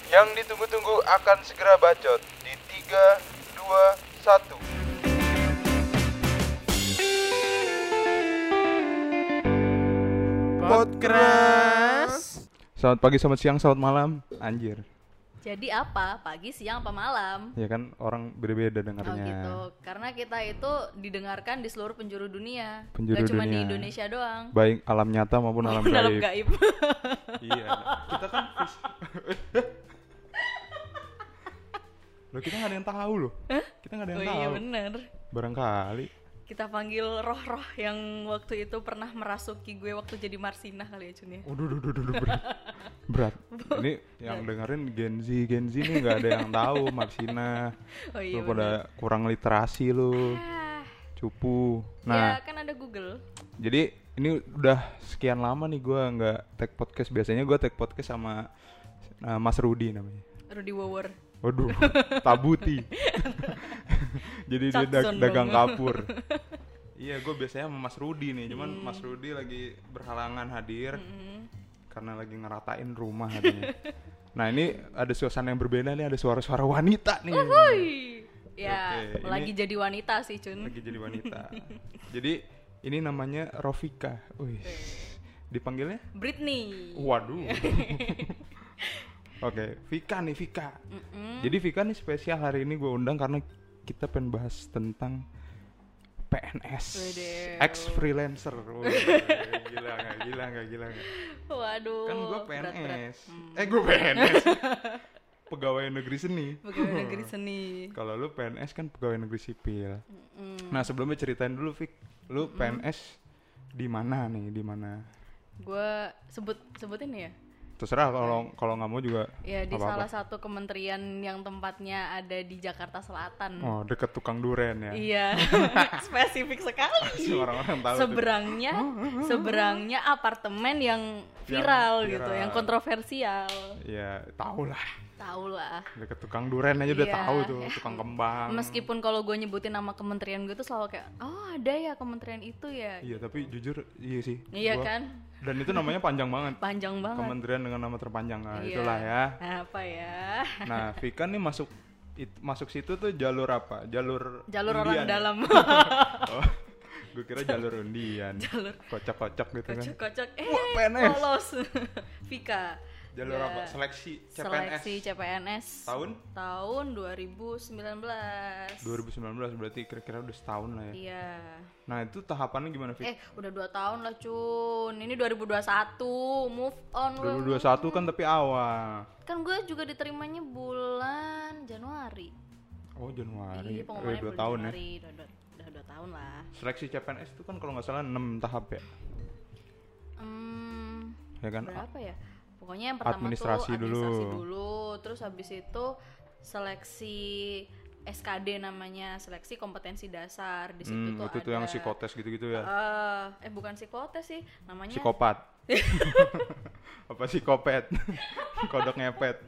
Yang ditunggu-tunggu akan segera bacot di 3, 2, 1. Podcast. Selamat pagi, selamat siang, selamat malam. Anjir. Jadi apa? Pagi, siang, apa malam? Ya kan orang beda-beda dengarnya. Oh gitu. Karena kita itu didengarkan di seluruh penjuru dunia. Penjuru Gak cuma dunia. di Indonesia doang. Baik alam nyata maupun alam Dalam gaib. gaib. Iya. Kita kan loh, kita nggak ada yang tahu loh. Kita nggak ada yang Oh tahu. iya bener. Barangkali. Kita panggil roh-roh yang waktu itu pernah merasuki gue waktu jadi Marsinah kali ya Cun ya. Waduh, berat. Ini yang dengerin Gen Z nih nggak ada yang tahu Marsina. Oh iya Lu bener. pada kurang literasi lu, cupu. Nah, Ya kan ada Google. jadi ini udah sekian lama nih gue nggak tag podcast. Biasanya gue tag podcast sama Mas Rudi namanya. Rudy Wower. Waduh, Tabuti. Jadi dia Jackson dagang dong. kapur. Iya, gue biasanya sama Mas Rudi nih. Cuman Mas Rudi lagi berhalangan hadir karena lagi ngeratain rumah katanya. Nah, ini ada suasana yang berbeda nih. Ada suara-suara wanita nih. Wuih. Ya, Oke, lagi ini- jadi wanita sih Cun. Lagi jadi wanita. Jadi ini namanya Rofika. Wih, dipanggilnya? Britney. Waduh. Oke, Vika nih, Vika. Jadi Vika nih spesial hari ini gue undang karena kita pengen bahas tentang PNS, Wede. ex-freelancer. Gila nggak? Waduh. Kan gue berat-berat. PNS. Gue PNS. Pegawai negeri seni. Pegawai negeri seni. Kalau lu PNS kan pegawai negeri sipil. Nah, sebelumnya ceritain dulu, Vik. Lu PNS di mana nih? Di mana? Gue sebutin ya. Terserah kalau nggak mau juga. Ya di apa-apa. salah satu kementerian yang tempatnya ada di Jakarta Selatan. Oh, deket tukang duren ya. Iya. Spesifik sekali. Pasti orang-orang tahu tuh. Seberangnya apartemen yang viral gitu, viral. yang kontroversial. Ya, tahu lah. Tahu lah. Deket tukang duren aja udah Iya. tahu tuh, tukang kembang. Meskipun kalau gue nyebutin nama kementerian gue tuh selalu kayak, oh ada ya kementerian itu ya. Iya, tapi jujur iya sih. Iya Gua- kan? Dan itu namanya panjang banget. Panjang banget. Kementerian dengan nama terpanjang. Nah, Iya. itulah ya. Apa ya? Nah, Vika nih masuk situ tuh jalur apa? Jalur Jalur orang undian. dalam. Oh, gue kira jalur undian. Jalur Kocak-kocak gitu kan. kocak. Wah, PNS. Lolos. Vika. Jalur Ya, apa? Seleksi CPNS. Seleksi CPNS. Tahun 2019. 2019 berarti kira-kira udah setahun lah ya. Iya. Nah, itu tahapannya gimana, Vika? Udah 2 tahun lah Cun. Ini 2021. Move on. 2021 kan tapi awal. Kan gue juga diterimanya bulan Januari. Oh, Januari. Iya, pengumumannya 2 bulan tahun ya. Januari. Udah 2 tahun lah. Seleksi CPNS itu kan kalau nggak salah 6 tahap ya. Ya kan? Berapa ya? Pokoknya yang pertama Administrasi tuh administrasi dulu. dulu, terus habis itu seleksi SKD namanya, seleksi kompetensi dasar. Di situ tuh itu ada tuh yang psikotes gitu-gitu ya. Bukan psikotes sih, namanya Psikopat. Apa psikopat? Kodok ngepet.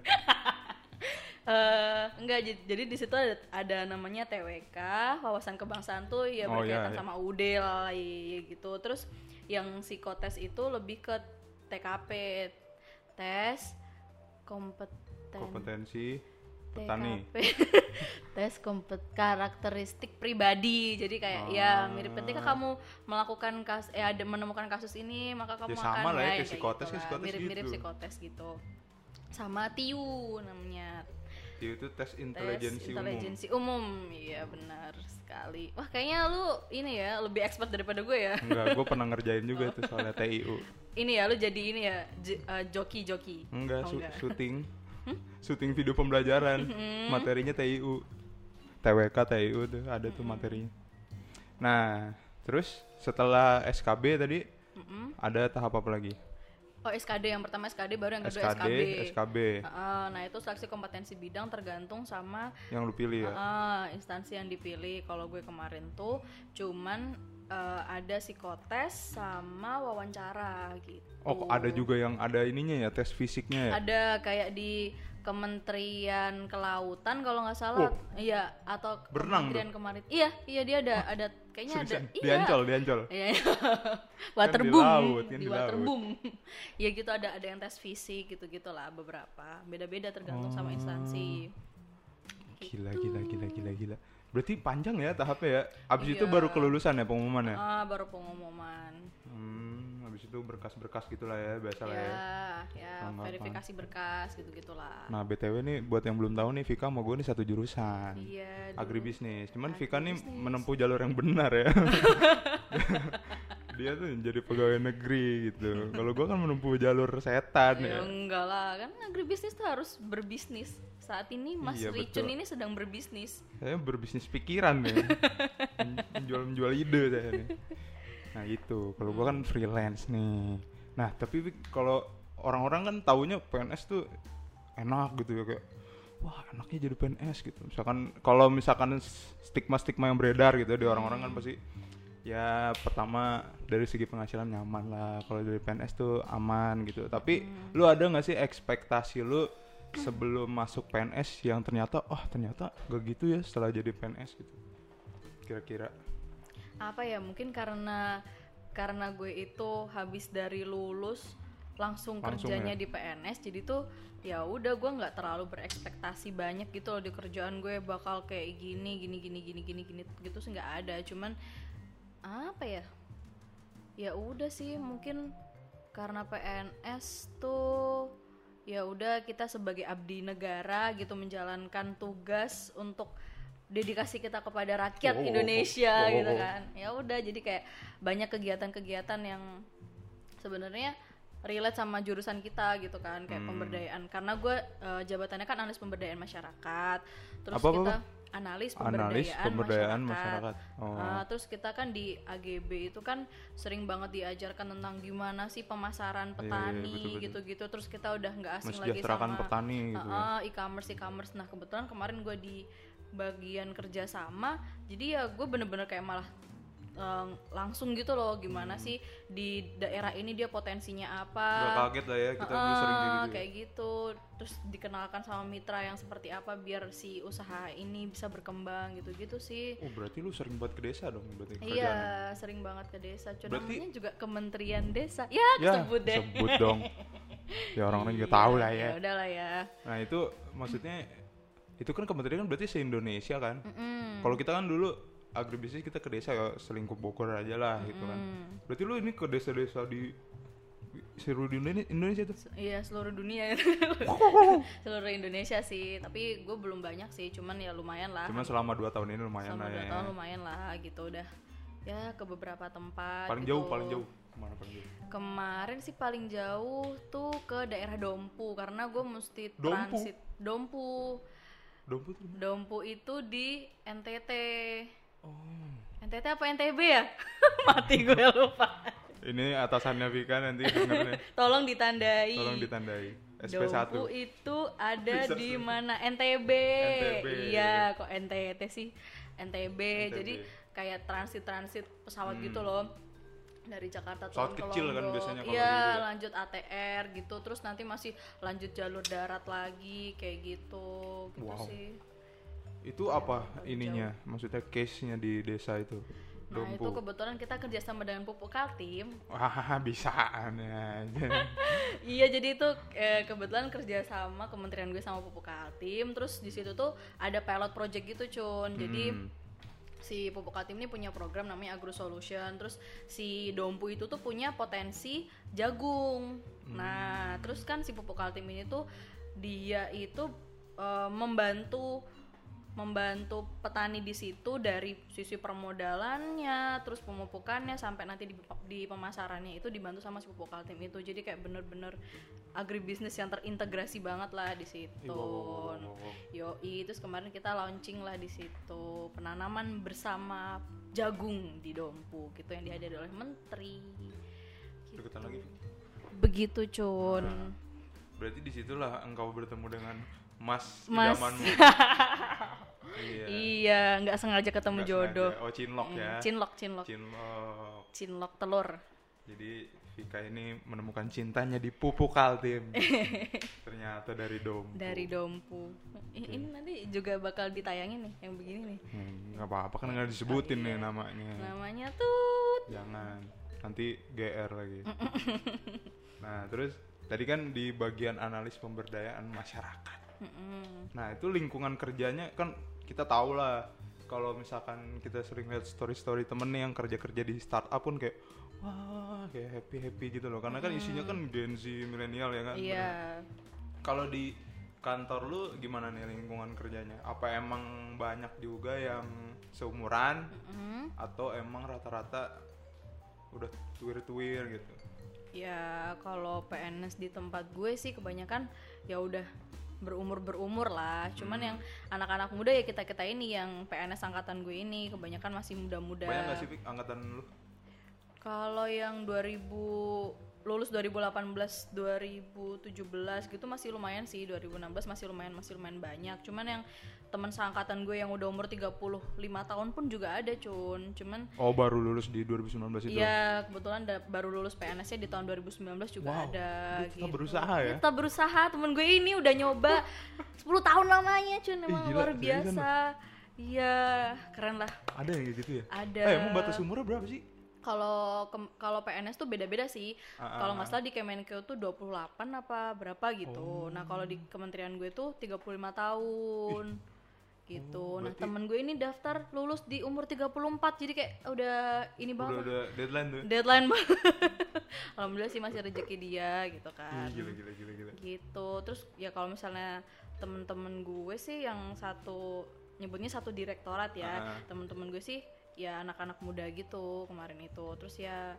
enggak, jadi di situ ada namanya TWK, wawasan kebangsaan tuh ya Oh, berkaitan iya. sama UD lah ya gitu. Terus yang psikotes itu lebih ke TKP, tes Kompetensi petani. TKP. Tes karakteristik pribadi. Jadi kayak ya mirip ketika kamu melakukan menemukan kasus ini, maka kamu Ya, akan sama lah ya, kayak kayak psikotes, gitu kayak lah. psikotes Mirip-mirip gitu. psikotes gitu. Sama TIU namanya. Itu tes Tes intelijensi umum. intelijensi umum. Iya benar sekali. Wah kayaknya lu ini ya lebih expert daripada gue ya. Enggak, gue pernah ngerjain juga itu soalnya TIU. Ini ya lu jadi ini ya joki. Enggak, Oh, enggak. syuting. Syuting video pembelajaran. Materinya TIU. TWK TIU tuh ada tuh materinya. Nah, terus setelah SKB tadi ada tahap apa lagi? Oh SKD yang pertama SKD, baru yang kedua SKB Nah itu seleksi kompetensi bidang tergantung sama yang lu pilih ya. instansi yang dipilih. Kalau gue kemarin tuh cuman ada psikotes sama wawancara gitu. Oh, ada juga yang ada ininya ya, tes fisiknya ya. Ada kayak di Kementerian Kelautan kalau nggak salah. Iya, atau Berenang Kementerian Kemarin. Iya, dia ada kayaknya ada. Seriusan? Iya. Di Ancol. Iya. Kan Waterboom. di laut, kan Di di laut. waterboom. Ya gitu ada yang tes fisik gitu-gitulah beberapa. Beda-beda tergantung sama instansi. Gila. Berarti panjang ya tahapnya ya. Abis Iya. itu baru kelulusan ya pengumuman ya. Baru pengumuman. Habis itu berkas-berkas gitulah ya, biasa lah ya. Ya, Tanggapan. verifikasi berkas gitu-gitulah. Nah, BTW nih buat yang belum tahu nih, Vika mau gue nih satu jurusan. Iya, dulu. Agribisnis. Cuman Vika nih Agribisnis. menempuh jalur yang benar ya. Dia tuh jadi pegawai negeri gitu. Kalau gue kan menempuh jalur setan Ya ya. enggak lah, kan agribisnis tuh harus berbisnis. Saat ini Mas Iya, Ricun betul. ini sedang berbisnis. Saya berbisnis pikiran ya. Menjual ide saya nih. Nah itu, kalau gue kan freelance nih. Nah tapi Vik, kalau orang-orang kan taunya PNS tuh enak gitu ya, kayak wah enaknya jadi PNS gitu. Misalkan stigma-stigma yang beredar gitu di orang-orang kan pasti ya pertama dari segi penghasilan nyaman lah, kalau dari PNS tuh aman gitu. Tapi lu ada nggak sih ekspektasi lu sebelum masuk PNS yang ternyata gak gitu ya setelah jadi PNS gitu, kira-kira? Apa ya, mungkin karena gue itu habis dari lulus langsung kerjanya ya? di PNS, jadi tuh ya udah gue nggak terlalu berekspektasi banyak gitu loh di kerjaan gue bakal kayak gini gitu sih, nggak ada. Cuman apa ya udah sih, mungkin karena PNS tuh ya udah kita sebagai abdi negara gitu, menjalankan tugas untuk dedikasi kita kepada rakyat Indonesia gitu kan. Ya udah, jadi kayak banyak kegiatan-kegiatan yang sebenarnya relate sama jurusan kita gitu kan, kayak pemberdayaan. Karena gue jabatannya kan analis pemberdayaan masyarakat. Terus kita analis pemberdayaan masyarakat. Terus kita kan di AGB itu kan sering banget diajarkan tentang gimana sih pemasaran petani gitu-gitu. Terus kita udah nggak asing lagi sama petani gitu e-commerce. Nah kebetulan kemarin gue di bagian kerjasama, jadi ya gue bener-bener kayak malah langsung gitu loh, gimana sih di daerah ini dia potensinya apa. Gak kaget lah ya, kita dulu sering kayak gitu. Terus dikenalkan sama mitra yang seperti apa biar si usaha ini bisa berkembang gitu-gitu sih. Berarti lu sering buat ke desa dong berarti kerjaannya? Iya, sering banget ke desa. Namanya juga Kementerian Desa. Sebut deh. Sebut dong. Ya orang-orang juga tahu lah ya. Ya udahlah ya. Nah itu maksudnya itu kan kementerian kan berarti se-Indonesia kan. Kalau kita kan dulu agribisnis kita ke desa ya selingkup Bogor aja lah gitu kan. Berarti lu ini ke desa-desa di seluruh Indonesia tuh? Iya, seluruh dunia. Seluruh Indonesia sih, tapi gue belum banyak sih, cuman ya lumayan lah. Cuman selama 2 tahun ini lumayan selama lah ya. 2 tahun lumayan lah gitu, udah ya ke beberapa tempat. Paling gitu. jauh kemana paling jauh? Kemarin sih paling jauh tuh ke daerah Dompu, karena gue mesti transit. Dompu itu di NTT. NTT apa NTB ya? Mati gue lupa. Ini atasannya Vika nanti dengernya. Tolong ditandai. SP1. Dompu itu ada di mana? NTB. Iya, kok NTT sih? NTB. Jadi kayak transit pesawat gitu loh. Dari Jakarta turun ke kecil Lombok. Kan biasanya kalau iya, gitu. Lanjut ATR gitu. Terus nanti masih lanjut jalur darat lagi kayak gitu. Gitu sih. Itu apa ininya? Maksudnya case-nya di desa itu? Nah Dompu. itu kebetulan kita kerjasama dengan Pupuk Kaltim. Wah bisaan aja. Iya, jadi itu kebetulan kerjasama Kementerian gue sama Pupuk Kaltim. Terus di situ tuh ada pilot project gitu Cun. Jadi si Pupuk Kaltim ini punya program namanya Agro Solution. Terus si Dompu itu tuh punya potensi jagung. Nah terus kan si Pupuk Kaltim ini tuh dia itu membantu petani di situ dari sisi permodalannya, terus pemupukannya sampai nanti di pemasarannya itu dibantu sama si Pupuk Kaltim itu. Jadi kayak bener-bener agribisnis yang terintegrasi banget lah di situ. Yoi, terus kemarin kita launching lah di situ, penanaman bersama jagung di Dompu gitu yang dihadiri oleh menteri. Gitu. Lagi. Begitu Cun. Berarti disitulah engkau bertemu dengan Mas. Zamanmu. Iya, nggak sengaja ketemu jodoh. Cinlok ya. Cinlok telur. Jadi Vika ini menemukan cintanya di Pupuk Kaltim. Ternyata dari Dompu. Dari Dompu. Ini nanti juga bakal ditayangin nih yang begini nih. Nggak apa-apa kan nggak disebutin nih namanya. Namanya tuh Jangan, nanti GR lagi. Nah terus tadi kan di bagian analis pemberdayaan masyarakat. Nah itu lingkungan kerjanya kan kita tahu lah. Kalau misalkan kita sering lihat story temen nih yang kerja di startup pun kayak wah kayak happy gitu loh, karena kan isinya kan Gen Z milenial ya kan. iya. Kalau di kantor lu gimana nih lingkungan kerjanya? Apa emang banyak juga yang seumuran atau emang rata-rata udah tuir-tuir gitu? Ya kalau PNS di tempat gue sih kebanyakan ya udah berumur lah. Cuman yang anak-anak muda ya kita ini yang PNS angkatan gue ini kebanyakan masih muda-muda. Banyak nggak sih Fik, angkatan lu? Kalau yang 2000 lulus 2018 2017 gitu masih lumayan sih. 2016 masih lumayan banyak. Cuman yang teman seangkatan gue yang udah umur 35 tahun pun juga ada cuman Oh baru lulus di 2019 itu? iya kebetulan baru lulus PNS-nya di tahun 2019 juga ada kita gitu. berusaha ya? Kita berusaha, temen gue ini udah nyoba 10 tahun lamanya emang gila, luar biasa. Iya keren lah. Ada yang kayak gitu ya? Ada. Emang batas umurnya berapa sih? Kalau PNS tuh beda-beda sih. Kalau nggak salah di Kemenkeu tuh 28 apa berapa gitu. Nah kalau di kementerian gue tuh 35 tahun. Gitu. Nah temen gue ini daftar lulus di umur 34, jadi kayak udah ini banget. Udah deadline tuh? Deadline banget. Alhamdulillah sih masih rezeki dia gitu kan. Gila. Gitu. Terus ya kalau misalnya temen-temen gue sih yang nyebutnya satu direktorat ya. Temen-temen gue sih ya anak-anak muda gitu kemarin itu. Terus ya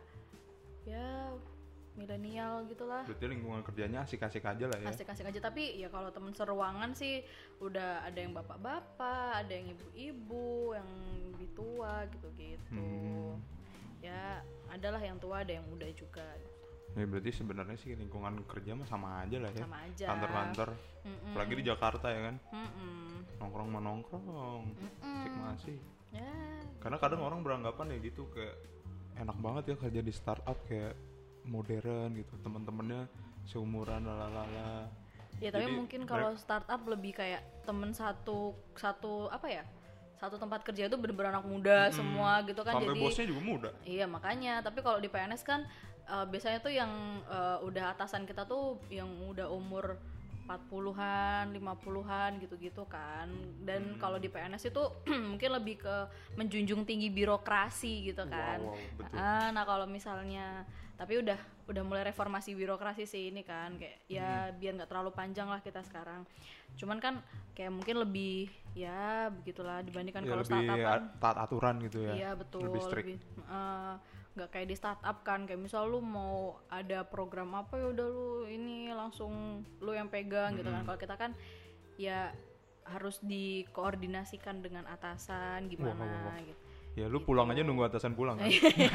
milenial gitulah. Berarti lingkungan kerjanya asik-asik aja lah ya? Asik-asik aja, tapi ya kalau temen seruangan sih udah ada yang bapak-bapak, ada yang ibu-ibu, yang lebih tua gitu-gitu. Ya adalah yang tua, ada yang muda juga. Ya berarti sebenarnya sih lingkungan kerja mah sama aja lah ya? Sama aja. Kantor-kantor, apalagi di Jakarta ya kan? Nongkrong, cek masih. Ya. Karena kadang orang beranggapan ya gitu kayak enak banget ya kerja di startup kayak modern gitu, teman-temannya seumuran lalala. Ya tapi mungkin kalau startup lebih kayak temen satu apa ya, satu tempat kerja itu bener-bener anak muda semua gitu kan. Sampai jadi bosnya juga muda. Iya makanya. Tapi kalau di PNS kan biasanya tuh yang udah atasan kita tuh yang udah umur 40-an, 50-an gitu-gitu kan. Dan kalau di PNS itu mungkin lebih ke menjunjung tinggi birokrasi gitu kan. Wow, betul. Nah kalau misalnya tapi udah mulai reformasi birokrasi sih ini kan kayak ya biar nggak terlalu panjang lah kita sekarang. Cuman kan kayak mungkin lebih ya begitulah dibandingkan ya, kalau startup kan taat aturan gitu ya. Iya betul, lebih strict. Nggak kayak di startup kan, kayak misal lu mau ada program apa ya udah lu ini langsung lu yang pegang gitu kan. Kalau kita kan ya harus dikoordinasikan dengan atasan gimana gitu. Ya lu pulang aja nunggu atasan pulang kan?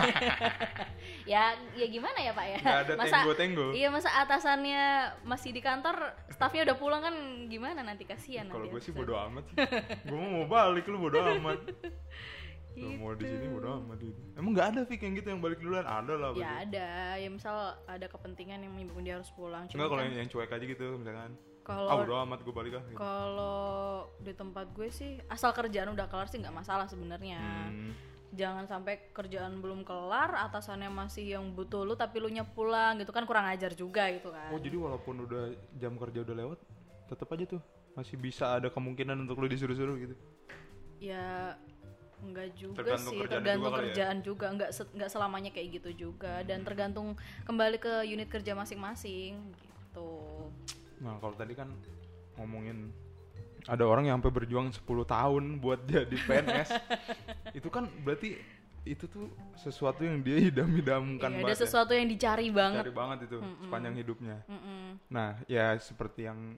ya gimana ya Pak ya? Gak ada tenggo-tenggo. Iya masa atasannya masih di kantor, staffnya udah pulang kan gimana nanti kasihan. Kalau gue sih bodo amat sih. Gue mau balik, lu bodo amat. Gitu. Mau di sini bodo amat gitu. Emang nggak ada Fik yang gitu yang balik duluan? Ada lah. Ya ada, ya misal ada kepentingan yang menyebabkan dia harus pulang. Enggak kalau yang cuek aja gitu misalkan. Kalau bodo amat gue balik lah. Gitu. Kalau di tempat gue sih asal kerjaan udah kelar sih nggak masalah sebenarnya. Jangan sampai kerjaan belum kelar, atasannya masih yang butuh lu tapi lu nya pulang gitu kan kurang ajar juga gitu kan. Oh jadi walaupun udah jam kerja udah lewat, tetap aja tuh masih bisa ada kemungkinan untuk lu disuruh-suruh gitu. Ya enggak juga tergantung sih, kerjaan tergantung juga kerjaan juga, enggak selamanya kayak gitu juga dan tergantung kembali ke unit kerja masing-masing gitu. Nah kalau tadi kan ngomongin ada orang yang sampai berjuang 10 tahun buat jadi PNS. Itu kan berarti itu tuh sesuatu yang dia idam-idamkan banget. Ada sesuatu yang dicari banget. Dicari banget itu sepanjang hidupnya. Nah ya seperti yang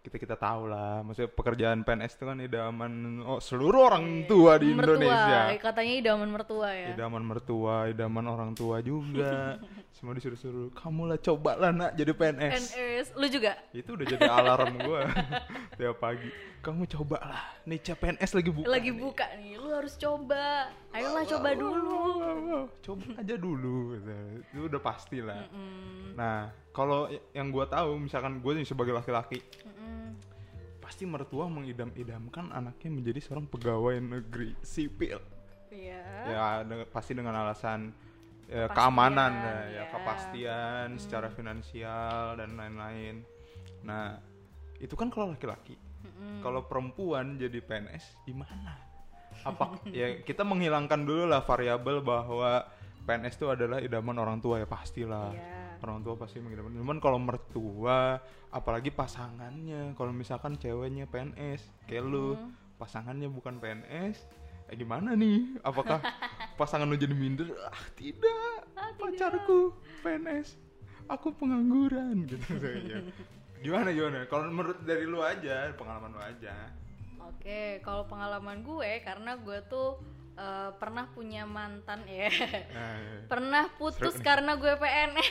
kita tahu lah, maksudnya pekerjaan PNS itu kan idaman seluruh orang tua di Indonesia. Mertua, katanya idaman mertua ya. Idaman mertua, idaman orang tua juga. Semua disuruh-suruh, kamu lah cobalah nak jadi PNS. PNS, lu juga? Itu udah jadi alarm gue tiap pagi. Kamu cobalah, nih PNS lagi buka. Lagi buka nih, lu harus coba. Ayolah coba dulu. Coba aja dulu, itu udah pasti lah. Nah, kalau yang gue tahu, misalkan gue nih sebagai laki-laki, pasti mertua mengidam-idamkan anaknya menjadi seorang pegawai negeri sipil. Iya. Ya, pasti dengan alasan keamanan, ya. Kepastian secara finansial dan lain-lain. Nah, itu kan kalau laki-laki. Kalau perempuan jadi PNS gimana? Apa ya kita menghilangkan dulu lah variabel bahwa PNS itu adalah idaman orang tua, ya pastilah. Orang tua pasti mengidamkan. Cuman kalau mertua, apalagi pasangannya, kalau misalkan ceweknya PNS, kayak lu, pasangannya bukan PNS, gimana nih? Apakah pasangan lu jadi minder? Tidak. Pacarku PNS, aku pengangguran gitu. Gimana? Kalau menurut dari lu aja, pengalaman lu aja. Oke, kalau pengalaman gue, karena gue tuh pernah punya mantan ya. Pernah putus karena gue PNS.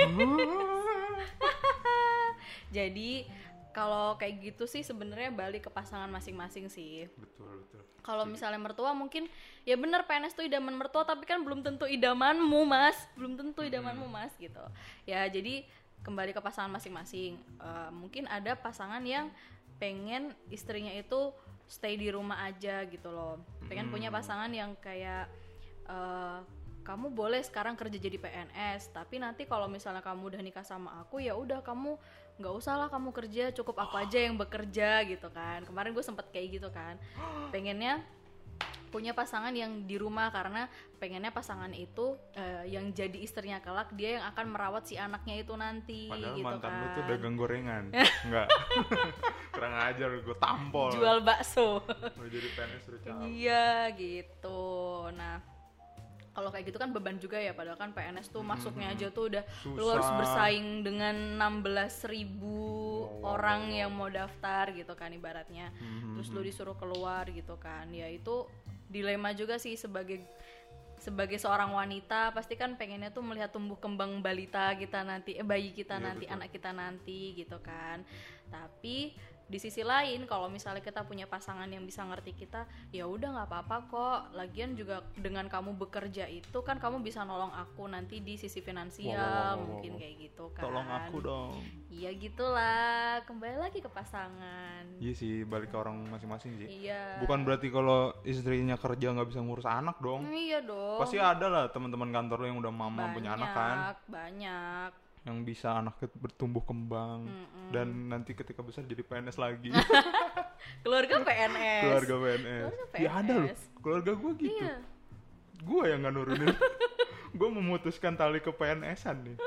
Jadi kalau kayak gitu sih sebenarnya balik ke pasangan masing-masing sih. Betul. Kalau misalnya mertua mungkin ya benar PNS tuh idaman mertua, tapi kan belum tentu idamanmu mas gitu. Ya jadi kembali ke pasangan masing-masing. Mungkin ada pasangan yang pengen istrinya itu stay di rumah aja gitu loh. Pengen punya pasangan yang kayak kamu boleh sekarang kerja jadi PNS, tapi nanti kalau misalnya kamu udah nikah sama aku, ya udah kamu nggak usah lah kamu kerja, cukup aku aja yang bekerja gitu kan. Kemarin gue sempet kayak gitu kan, pengennya punya pasangan yang di rumah karena pengennya pasangan itu yang jadi istrinya kelak, dia yang akan merawat si anaknya itu nanti. Padahal gitu mantan kan. lu tuh dagang gorengan. Enggak. Kurang ajar, gue tampol. Jual bakso. Mau jadi PNS udah capek. Iya gitu. Nah kalau kayak gitu kan beban juga ya, padahal kan PNS tuh masuknya aja tuh udah susah. Lu harus bersaing dengan 16.000 orang yang mau daftar gitu kan ibaratnya. Terus lu disuruh keluar gitu kan. Ya itu dilema juga sih sebagai seorang wanita, pasti kan pengennya tuh melihat tumbuh kembang balita kita nanti, bayi kita nanti, betul. Anak kita nanti gitu kan. Tapi di sisi lain kalau misalnya kita punya pasangan yang bisa ngerti kita, ya udah nggak apa-apa kok. Lagian juga dengan kamu bekerja itu kan kamu bisa nolong aku nanti di sisi finansial, mungkin kayak gitu kan. Tolong aku dong. Iya gitulah, kembali lagi ke pasangan. Iya sih, balik ke orang masing-masing sih. Iya. Bukan berarti kalau istrinya kerja nggak bisa ngurus anak dong. Iya dong. Pasti ada lah teman-teman kantor lo yang udah mama punya anak kan. Banyak. Yang bisa anaknya bertumbuh kembang dan nanti ketika besar jadi PNS lagi. Keluarga PNS. Keluarga PNS. Ya ada loh, keluarga gue gitu. Iya. Gue yang nggak nurunin. Gue memutuskan tali ke PNS-an nih.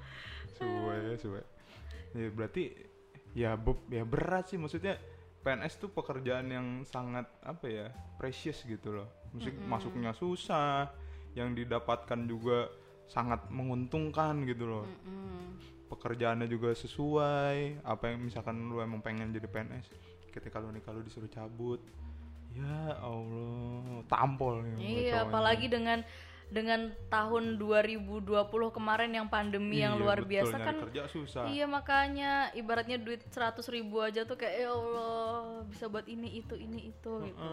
Suwe. Ya berarti ya berat sih, maksudnya PNS tuh pekerjaan yang sangat apa ya, precious gitu loh. Maksudnya masuknya susah, yang didapatkan juga sangat menguntungkan gitu loh. Pekerjaannya juga sesuai apa yang misalkan lu emang pengen jadi PNS. Ketika lu nikah lu disuruh cabut, ya Allah, tampol nih. Iya, apalagi dengan tahun 2020 kemarin yang pandemi yang luar biasa kan. Kerja susah. Iya, makanya ibaratnya duit 100.000 aja tuh kayak ya Allah bisa buat ini itu gitu.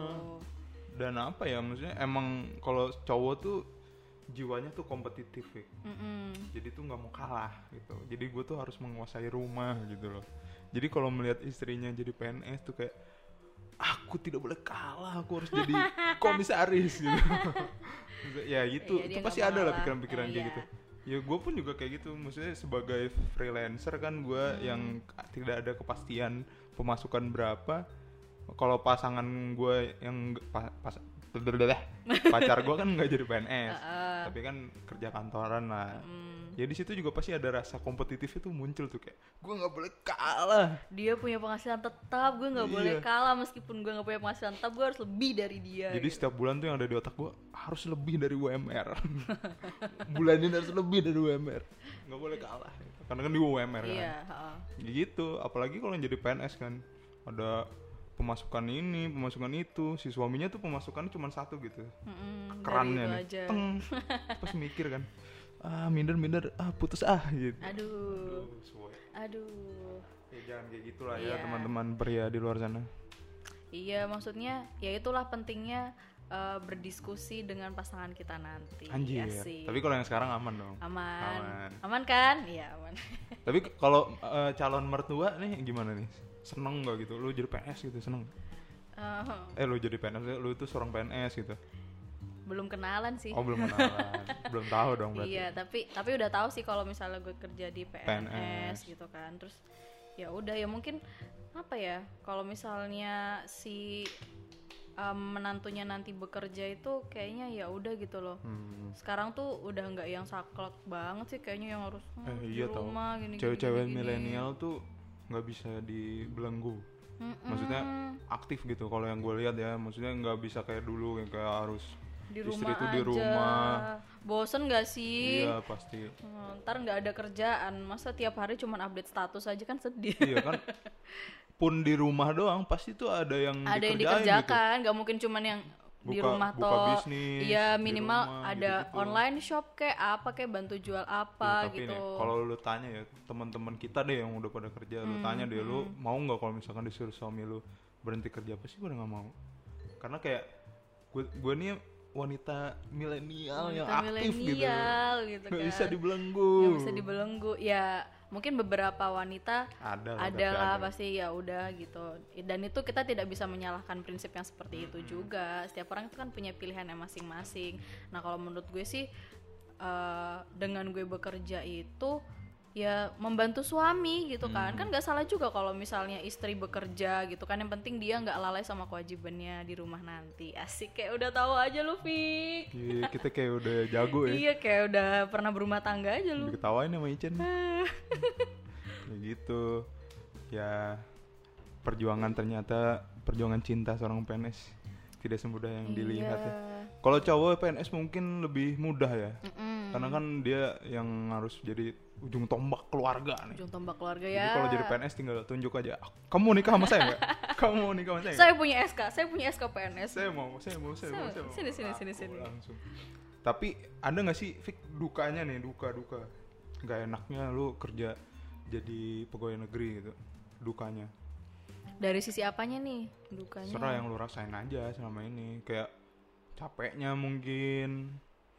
Dan apa ya, maksudnya emang kalau cowok tuh jiwanya tuh kompetitif ya. Jadi tuh nggak mau kalah gitu. Jadi gue tuh harus menguasai rumah gitu loh. Jadi kalau melihat istrinya jadi PNS tuh kayak aku tidak boleh kalah, aku harus jadi komisaris gitu. Ya gitu, itu pasti ada lah pikiran-pikiran kayak gitu. Ya gue pun juga kayak gitu, maksudnya sebagai freelancer kan gue yang tidak ada kepastian pemasukan berapa. Kalau pasangan gue yang pacar gue kan nggak jadi PNS, tapi kan kerja kantoran lah. Ya di situ juga pasti ada rasa kompetitif itu muncul tuh, kayak gue nggak boleh kalah. Dia punya penghasilan tetap, gue nggak boleh kalah. Meskipun gue nggak punya penghasilan tetap, gue harus lebih dari dia. Jadi gitu. setiap bulan tuh yang ada di otak gue harus lebih dari UMR. Bulan ini harus lebih dari UMR, nggak boleh kalah karena kan di UMR kan. Iya. Gitu, apalagi kalau yang jadi PNS kan ada pemasukan ini, pemasukan itu. Si suaminya tuh pemasukannya cuma satu gitu, kerannya nih, aja. teng. Pas mikir kan, minder, putus gitu. Aduh. Ya jangan kayak gitulah ya Iya. teman-teman pria di luar sana. Iya, maksudnya ya itulah pentingnya berdiskusi dengan pasangan kita nanti. Anjir. Asik. Tapi kalau yang sekarang aman dong. Aman kan? Iya, aman. Tapi kalau calon mertua nih gimana nih? Seneng nggak gitu? Lu jadi PNS gitu, seneng? Lu jadi PNS, lu itu seorang PNS gitu? Belum kenalan sih. Oh belum kenalan, belum tahu dong berarti. Iya, tapi udah tahu sih kalau misalnya gue kerja di PNS gitu kan. Terus ya udah ya mungkin apa ya? Kalau misalnya si menantunya nanti bekerja itu kayaknya ya udah gitu loh. Sekarang tuh udah nggak yang saklek banget sih kayaknya, yang harus di Iya rumah tau. gini. Cewek-cewek milenial tuh nggak bisa dibelenggu. Maksudnya aktif gitu kalau yang gue lihat ya. Maksudnya nggak bisa kayak dulu yang kayak harus di istri rumah tuh aja. di rumah. Bosen gak sih? Iya pasti. Ntar nggak ada kerjaan, masa tiap hari cuman update status aja kan sedih. Iya kan. Pun di rumah doang pasti tuh ada yang dikerjakan, nggak mungkin cuman yang di rumah buka bisnis, iya minimal rumah, ada gitu-gitu. Online shop kayak apa kayak bantu jual apa tapi gitu. nih, kalau lu tanya ya teman-teman kita deh yang udah pada kerja, lu tanya deh lu mau nggak kalau misalkan disuruh suami lu berhenti kerja, pasti gue udah nggak mau. Karena kayak gue nih wanita milenial yang aktif gitu kan. Gak bisa dibelenggu. Gak bisa dibelenggu ya. Mungkin beberapa wanita ada lah pasti ya udah gitu. Dan itu kita tidak bisa menyalahkan prinsip yang seperti itu juga. Setiap orang itu kan punya pilihannya masing-masing. Nah kalau menurut gue sih dengan gue bekerja itu ya membantu suami gitu kan. Kan gak salah juga kalau misalnya istri bekerja gitu kan. Yang penting dia gak lalai sama kewajibannya di rumah nanti. Asik, kayak udah tahu aja lu, Fik. Iya, kita kayak udah jago ya. Iya, kayak udah pernah berumah tangga aja lu. Diketawain sama Icen. Kayak gitu. Ya perjuangan cinta seorang PNS tidak semudah yang dilihat ya. Kalau cowok PNS mungkin lebih mudah ya. Karena kan dia yang harus jadi ujung tombak keluarga nih. Ujung tombak keluarga ya. ya. Jadi kalau jadi PNS tinggal tunjuk aja. Kamu mau nikah sama saya enggak? Kamu mau nikah sama saya? Saya punya SK PNS. Saya mau. Sini. Langsung. Tapi ada enggak sih Fik dukanya nih, duka. Enggak enaknya lu kerja jadi pegawai negeri gitu. Dukanya. Dari sisi apanya nih dukanya? Serah yang lu rasain aja selama ini, kayak capeknya mungkin.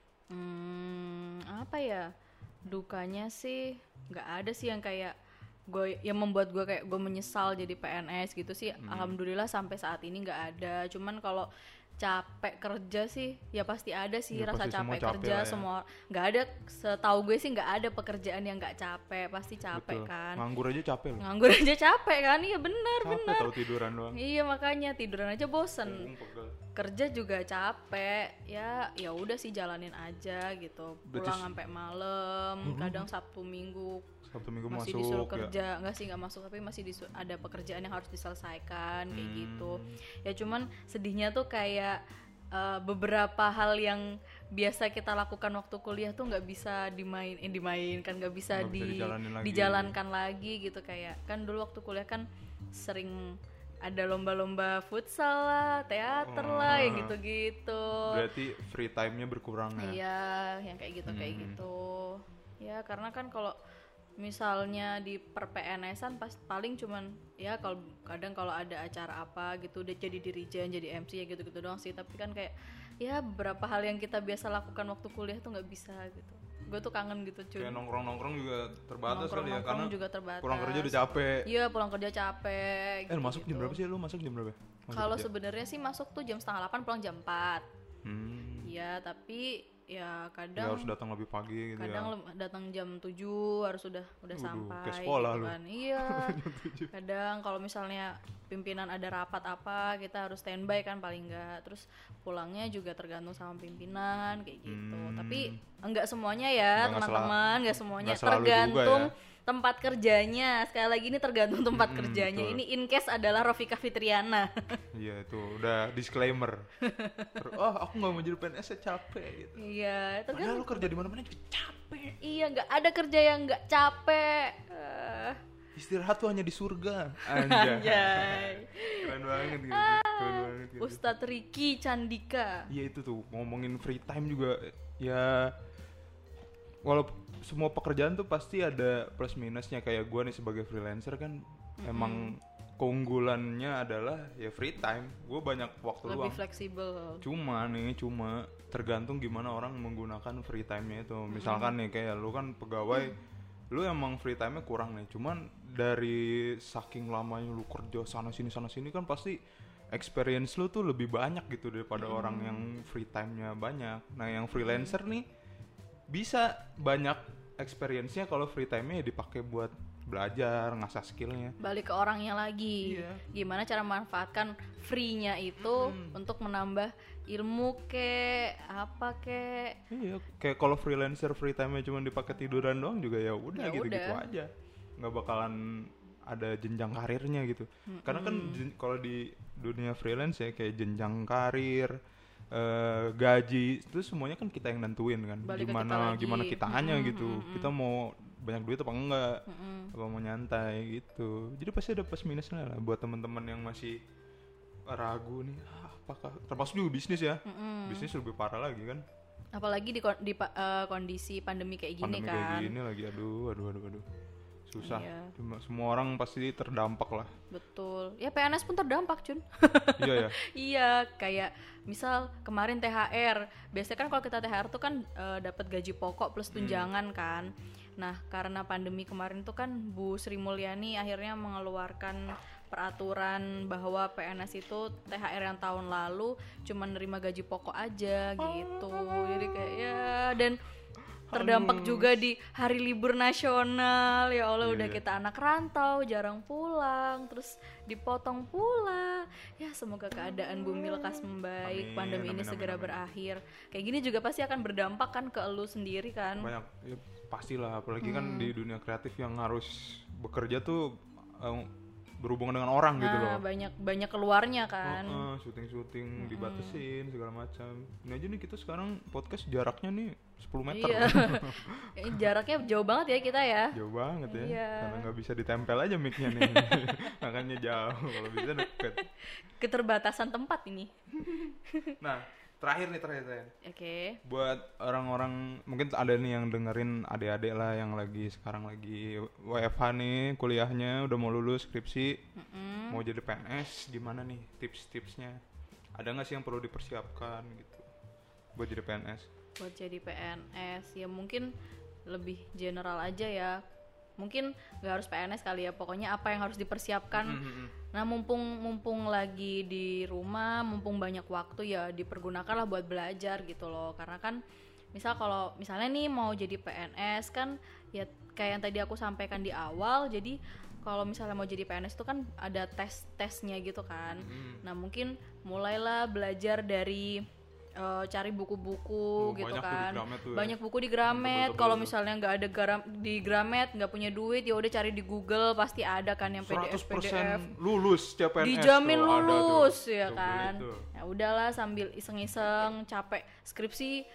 Apa ya? Dukanya sih nggak ada sih yang kayak gue yang membuat gue kayak gue menyesal jadi PNS gitu sih. Alhamdulillah sampai saat ini nggak ada. Cuman kalau capek kerja sih ya pasti ada sih ya, rasa capek kerja ya. Semua nggak ada, setahu gue sih nggak ada pekerjaan yang nggak capek, pasti capek. Betul. Kan nganggur aja capek loh. Kan, iya benar. Tahu tiduran doang. Iya makanya tiduran aja bosen. Kerja juga capek ya udah sih jalanin aja gitu. Pulang sampai malam, kadang Sabtu Minggu masih masuk, disuruh kerja ya. Nggak masuk tapi masih ada pekerjaan yang harus diselesaikan kayak gitu ya. Cuman sedihnya tuh kayak beberapa hal yang biasa kita lakukan waktu kuliah tuh nggak bisa dimainkan, nggak bisa dijalankan lagi gitu. Kayak kan dulu waktu kuliah kan sering ada lomba-lomba futsal lah, teater lah, yang gitu-gitu. Berarti free time-nya berkurang ya? Iya, yang kayak gitu. Ya karena kan kalau misalnya di per-PNS-an paling cuman ya kadang kalau ada acara apa gitu udah jadi dirijen, jadi MC ya gitu-gitu doang sih. Tapi kan kayak ya beberapa hal yang kita biasa lakukan waktu kuliah tuh nggak bisa gitu. Gue tuh kangen gitu cuy. Kayak nongkrong juga terbatas kali ya, karena juga terbatas. Pulang kerja udah capek. Iya pulang kerja capek. Masuk jam berapa sih lu? Masuk jam berapa? Kalau sebenarnya sih masuk tuh jam 7:30, pulang jam 4. Iya tapi ya kadang harus datang lebih pagi gitu. Kadang datang jam 7 harus udah sampai ke sekolah gitu kan. Iya. Kadang kalau misalnya pimpinan ada rapat apa kita harus standby kan paling enggak. Terus pulangnya juga tergantung sama pimpinan kayak gitu. Tapi enggak semuanya ya teman-teman, enggak semuanya, tergantung tempat kerjanya. Sekali lagi ini tergantung tempat kerjanya. Betul. Ini in case adalah Rofika Fitriana. Iya itu udah disclaimer. Oh aku nggak mau jadi PNS, saya capek gitu. Iya, Padahal lu kerja di mana-mana juga capek. Iya, nggak ada kerja yang nggak capek. Istirahat tuh hanya di surga. Anjay. Keren banget gitu. Keren banget gitu. Ustadz Riki Candika. Iya itu tuh ngomongin free time juga ya. Walau semua pekerjaan tuh pasti ada plus minusnya. Kayak gue nih sebagai freelancer kan emang keunggulannya adalah ya free time. Gue banyak waktu luang. Lebih fleksibel. Cuma tergantung gimana orang menggunakan free time-nya itu. Misalkan nih kayak lu kan pegawai, lu emang free time-nya kurang nih. Cuman dari saking lamanya lu kerja sana sini kan pasti experience lu tuh lebih banyak gitu daripada orang yang free time-nya banyak. Nah, yang freelancer nih bisa banyak experience-nya kalau free time-nya ya dipakai buat belajar, ngasah skillnya. Balik ke orangnya lagi. Iya. Gimana cara memanfaatkan free-nya itu untuk menambah ilmu apa Iya, kayak kalau freelancer free time-nya cuma dipakai tiduran doang juga ya udah Ya gitu-gitu udah. aja. Nggak bakalan ada jenjang karirnya gitu. Karena kan kalau di dunia freelance ya kayak jenjang karir, gaji itu semuanya kan kita yang nentuin kan. Balik ke kita lagi. Gimana kitanya gitu. Kita mau banyak duit apa enggak, apa mau nyantai gitu. Jadi pasti ada plus minusnya lah buat teman-teman yang masih ragu nih, apakah termasuk juga bisnis ya. Bisnis lebih parah lagi kan. Apalagi di kondisi pandemi kayak gini Pandemi kan. kayak gini lagi, aduh. Susah. Iya. Cuma semua orang pasti terdampak lah. Betul. Ya PNS pun terdampak, Cun. Iya ya. Iya, kayak misal kemarin THR. Biasanya kan kalau kita THR tuh kan dapat gaji pokok plus tunjangan kan. Nah, karena pandemi kemarin tuh kan Bu Sri Mulyani akhirnya mengeluarkan peraturan bahwa PNS itu THR yang tahun lalu cuma nerima gaji pokok aja gitu. Jadi kayak ya, dan terdampak juga di hari libur nasional. Ya Allah, udah kita anak rantau, jarang pulang, terus dipotong pula. Ya semoga keadaan bumi lekas membaik, pandemi ini segera berakhir. Kayak gini juga pasti akan berdampak kan ke elu sendiri kan. Banyak ya, pastilah, apalagi kan di dunia kreatif yang harus bekerja tuh berhubungan dengan orang gitu loh. Banyak keluarnya kan. Syuting dibatasin segala macam. Ini aja nih kita sekarang podcast jaraknya nih 10 meter. Iya. Jaraknya jauh banget ya kita ya. Jauh banget ya. Iya. Karena nggak bisa ditempel aja mic-nya nih. Makanya jauh, kalau bisa deket. Keterbatasan tempat ini. Nah, terakhir. Oke. Buat orang-orang mungkin ada nih yang dengerin, adik-adik lah yang sekarang lagi WFH nih, kuliahnya udah mau lulus skripsi, mau jadi PNS, gimana nih tips-tipsnya? Ada nggak sih yang perlu dipersiapkan gitu buat jadi PNS? Buat jadi PNS ya mungkin lebih general aja ya. Mungkin nggak harus PNS kali ya, pokoknya apa yang harus dipersiapkan. Nah mumpung lagi di rumah, mumpung banyak waktu ya dipergunakanlah buat belajar gitu loh. Karena kan kalau misalnya nih mau jadi PNS kan ya kayak yang tadi aku sampaikan di awal, jadi kalau misalnya mau jadi PNS itu kan ada tes-tesnya gitu kan. Nah mungkin mulailah belajar dari cari buku-buku gitu kan. Banyak buku di Gramet. Kalau misalnya nggak ada di Gramet, nggak punya duit, ya udah cari di Google, pasti ada kan yang PDF. 100% lulus setiap PNS. Dijamin tuh, lulus ada ya kan. Ya udahlah sambil iseng-iseng capek skripsi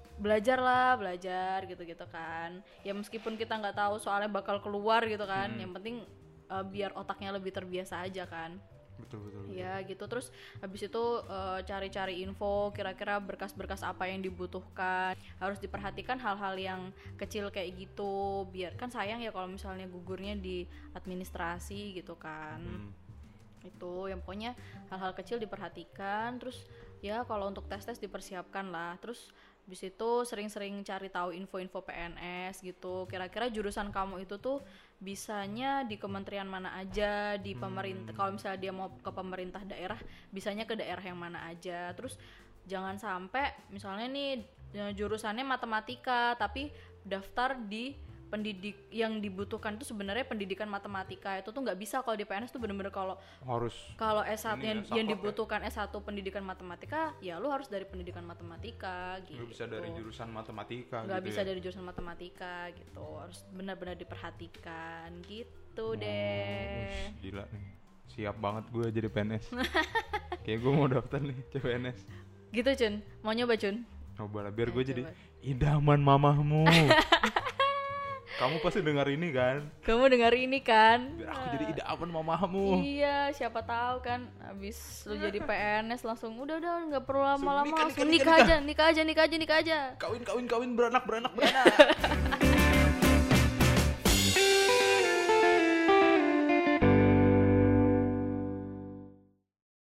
belajar gitu kan. Ya meskipun kita nggak tahu soalnya bakal keluar gitu kan. Yang penting biar otaknya lebih terbiasa aja kan. Betul. Ya gitu, terus habis itu cari-cari info kira-kira berkas-berkas apa yang dibutuhkan. Harus diperhatikan hal-hal yang kecil kayak gitu, biar kan sayang ya kalau misalnya gugurnya di administrasi gitu kan. Itu yang pokoknya hal-hal kecil diperhatikan. Terus ya kalau untuk tes-tes dipersiapkan lah. Terus habis itu sering-sering cari tahu info-info PNS gitu. Kira-kira jurusan kamu itu tuh bisanya di kementerian mana aja, di pemerintah. Kalau misalnya dia mau ke pemerintah daerah, bisanya ke daerah yang mana aja. Terus jangan sampai misalnya nih jurusannya matematika tapi daftar di yang dibutuhkan itu sebenarnya pendidikan matematika. Itu tuh nggak bisa kalau di PNS tuh bener-bener kalau S1 yang dibutuhkan S1 pendidikan matematika, ya lu harus dari pendidikan matematika gitu. Nggak bisa dari jurusan matematika nggak gitu bisa ya? dari jurusan matematika gitu, harus benar-benar diperhatikan gitu deh. Gila nih, siap banget gue jadi PNS. Kayak gue mau daftar nih CPNS. Gitu Cun, mau nyoba Cun? Coba lah biar gue jadi coba. idaman mamahmu. Kamu pasti dengar ini kan? Kamu dengar ini kan? Biar aku jadi idaman mamahmu. Iya, siapa tahu kan abis lu jadi PNS langsung udah nggak perlu lama-lama, Nikah. langsung nikah aja. Kawin beranak.